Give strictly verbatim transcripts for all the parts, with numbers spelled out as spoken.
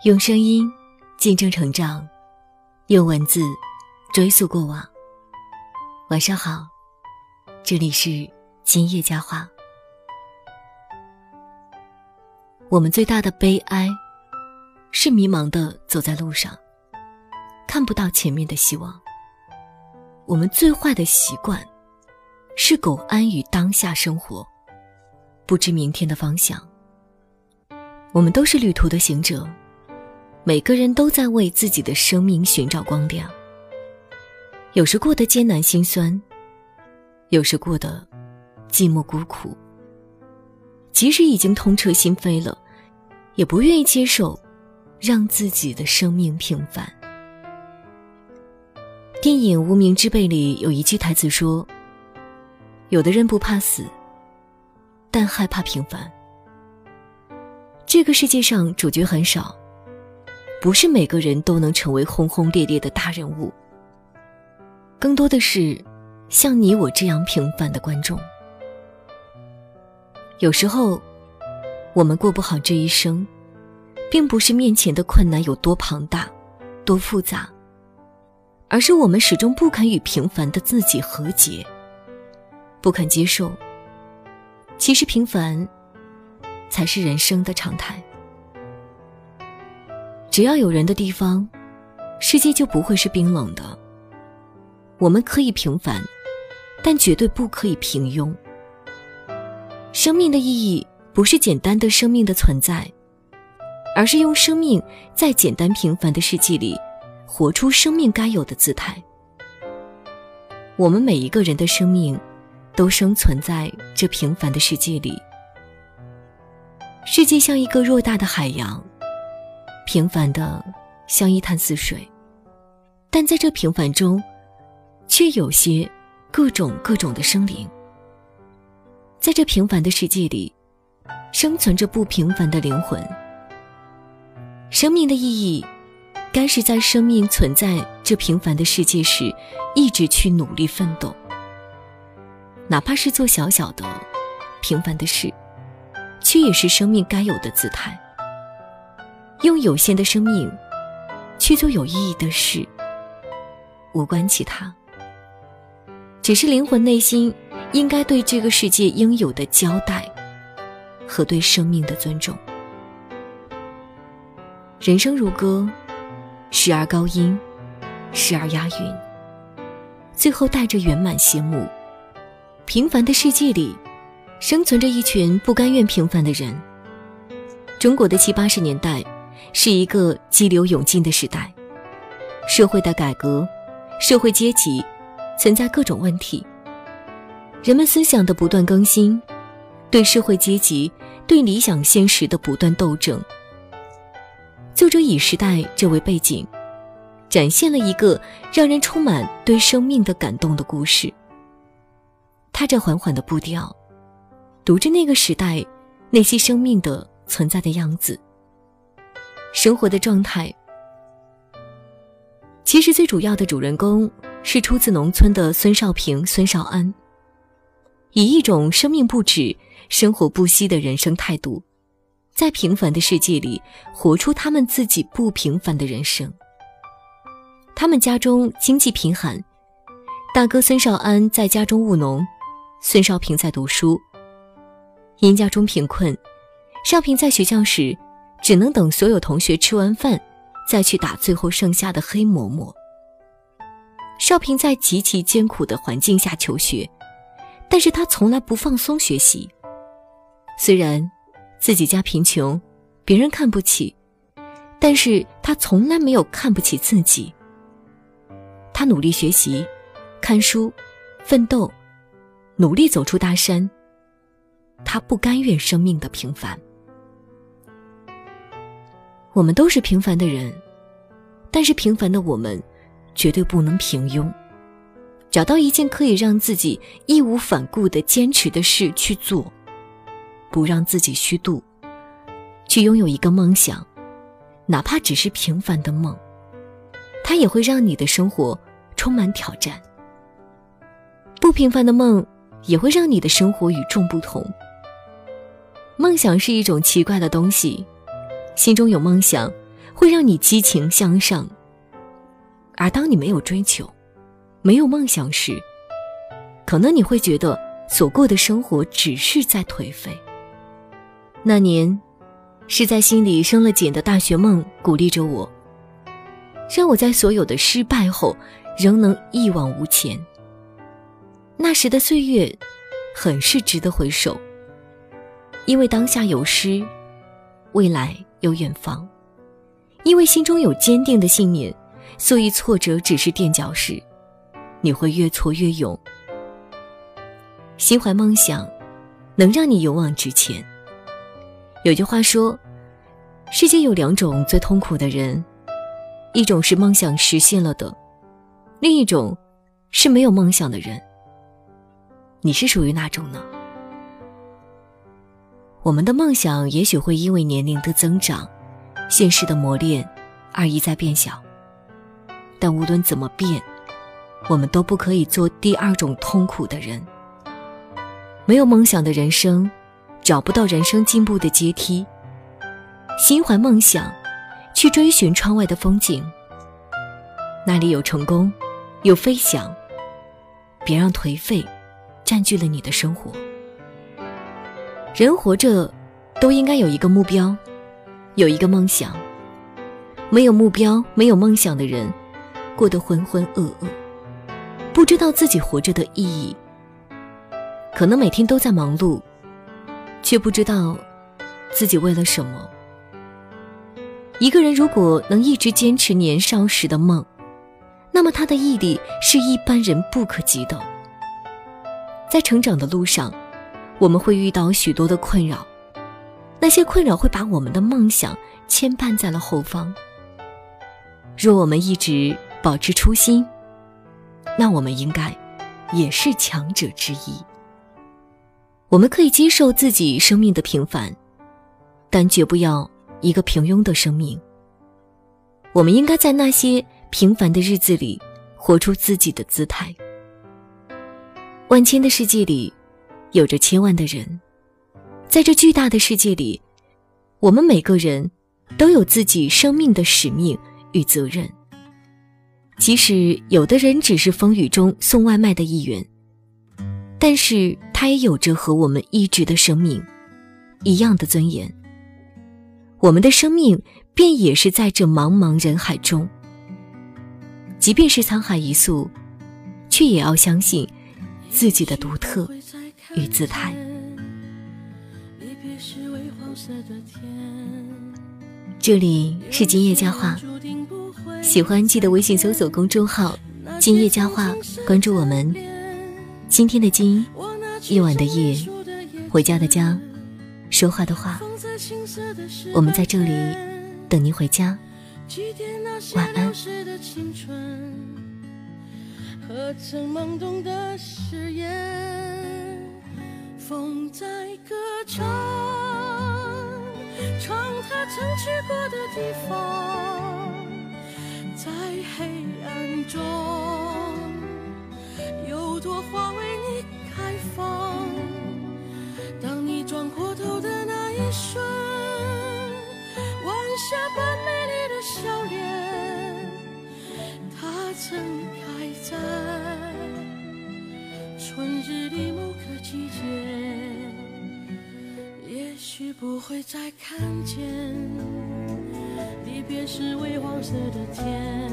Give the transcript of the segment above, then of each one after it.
用声音见证成长，用文字追溯过往。晚上好，这里是今夜佳话。我们最大的悲哀是迷茫地走在路上，看不到前面的希望。我们最坏的习惯是苟安于当下生活，不知明天的方向。我们都是旅途的行者，每个人都在为自己的生命寻找光亮。有时过得艰难心酸，有时过得寂寞孤苦。即使已经痛彻心扉了，也不愿意接受让自己的生命平凡。电影《无名之辈》里有一句台词说，有的人不怕死，但害怕平凡。这个世界上主角很少，不是每个人都能成为轰轰烈烈的大人物，更多的是像你我这样平凡的观众。有时候我们过不好这一生，并不是面前的困难有多庞大多复杂，而是我们始终不肯与平凡的自己和解，不肯接受其实平凡才是人生的常态。只要有人的地方，世界就不会是冰冷的。我们可以平凡，但绝对不可以平庸。生命的意义不是简单的生命的存在，而是用生命在简单平凡的世界里活出生命该有的姿态。我们每一个人的生命都生存在这平凡的世界里。世界像一个偌大的海洋，平凡的像一潭死水，但在这平凡中却有些各种各种的生灵。在这平凡的世界里生存着不平凡的灵魂。生命的意义该是在生命存在这平凡的世界时一直去努力奋斗，哪怕是做小小的平凡的事，却也是生命该有的姿态。用有限的生命去做有意义的事，无关其他，只是灵魂内心应该对这个世界应有的交代和对生命的尊重。人生如歌，时而高音，时而押韵，最后带着圆满谢幕。平凡的世界里生存着一群不甘愿平凡的人。中国的七八十年代是一个激流勇进的时代，社会的改革，社会阶级存在各种问题，人们思想的不断更新，对社会阶级对理想现实的不断斗争。作者以时代这为背景，展现了一个让人充满对生命的感动的故事。踏着缓缓的步调，读着那个时代那些生命的存在的样子，生活的状态。其实最主要的主人公是出自农村的孙少平、孙少安，以一种生命不止生活不息的人生态度，在平凡的世界里活出他们自己不平凡的人生。他们家中经济贫寒，大哥孙少安在家中务农，孙少平在读书。因家中贫困，少平在学校时只能等所有同学吃完饭再去打最后剩下的黑馍馍。少平在极其艰苦的环境下求学，但是他从来不放松学习。虽然自己家贫穷，别人看不起，但是他从来没有看不起自己。他努力学习，看书，奋斗，努力走出大山。他不甘愿生命的平凡。我们都是平凡的人，但是平凡的我们绝对不能平庸。找到一件可以让自己义无反顾地坚持的事去做，不让自己虚度，去拥有一个梦想，哪怕只是平凡的梦，它也会让你的生活充满挑战。不平凡的梦也会让你的生活与众不同。梦想是一种奇怪的东西，心中有梦想， 会让你激情向上。而当你没有追求，没有梦想时，可能你会觉得所过的生活只是在颓废。那年是在心里生了茧的大学梦鼓励着我，让我在所有的失败后仍能一往无前。那时的岁月很是值得回首，因为当下有诗，未来有远方。因为心中有坚定的信念，所以挫折只是垫脚石，你会越挫越勇。心怀梦想能让你勇往直前。有句话说，世界有两种最痛苦的人，一种是梦想实现了的，另一种是没有梦想的人。你是属于哪种呢？我们的梦想也许会因为年龄的增长，现实的磨练而一再变小，但无论怎么变，我们都不可以做第二种痛苦的人。没有梦想的人生，找不到人生进步的阶梯。心怀梦想，去追寻窗外的风景，那里有成功，有飞翔。别让颓废占据了你的生活。人活着都应该有一个目标，有一个梦想。没有目标，没有梦想的人，过得浑浑噩噩，不知道自己活着的意义。可能每天都在忙碌，却不知道自己为了什么。一个人如果能一直坚持年少时的梦，那么他的毅力是一般人不可及的。在成长的路上，我们会遇到许多的困扰，那些困扰会把我们的梦想牵绊在了后方。若我们一直保持初心，那我们应该也是强者之一。我们可以接受自己生命的平凡，但绝不要一个平庸的生命。我们应该在那些平凡的日子里活出自己的姿态。万千的世界里有着千万的人，在这巨大的世界里，我们每个人都有自己生命的使命与责任。即使有的人只是风雨中送外卖的一员，但是他也有着和我们一直的生命一样的尊严。我们的生命便也是在这茫茫人海中，即便是沧海一粟，却也要相信自己的独特与姿态。这里是今夜佳话，喜欢记得微信搜索公众号今夜佳话，关注我们。今天的今，夜晚的夜，回家的家，说话的话，我们在这里等您回家。晚安。何曾懵懂的誓言，风在歌唱，唱它曾去过的地方，在黑暗中有朵花为你开放。当你转过头的那一瞬，晚霞般美丽的笑脸，它曾开在春日里某个季节，也许不会再看见。离别是微黄色的天，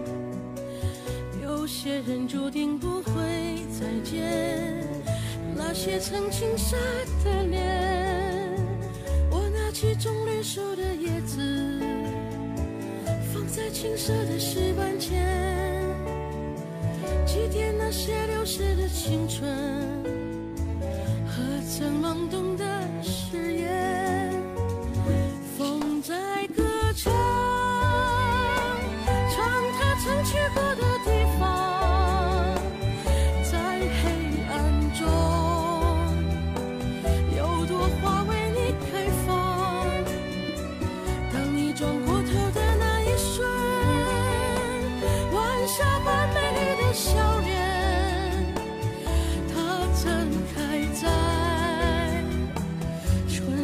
有些人注定不会再见。那些曾青涩的脸，我拿起棕榈树的叶子，放在青涩的石板前，祭奠那些流逝的青春。何曾懵懂的誓言，风在歌唱，唱它曾去过的地方，在黑暗中有朵花为你开放。当你转过头的那一瞬，晚霞般美丽的笑脸，它曾开在春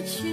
去。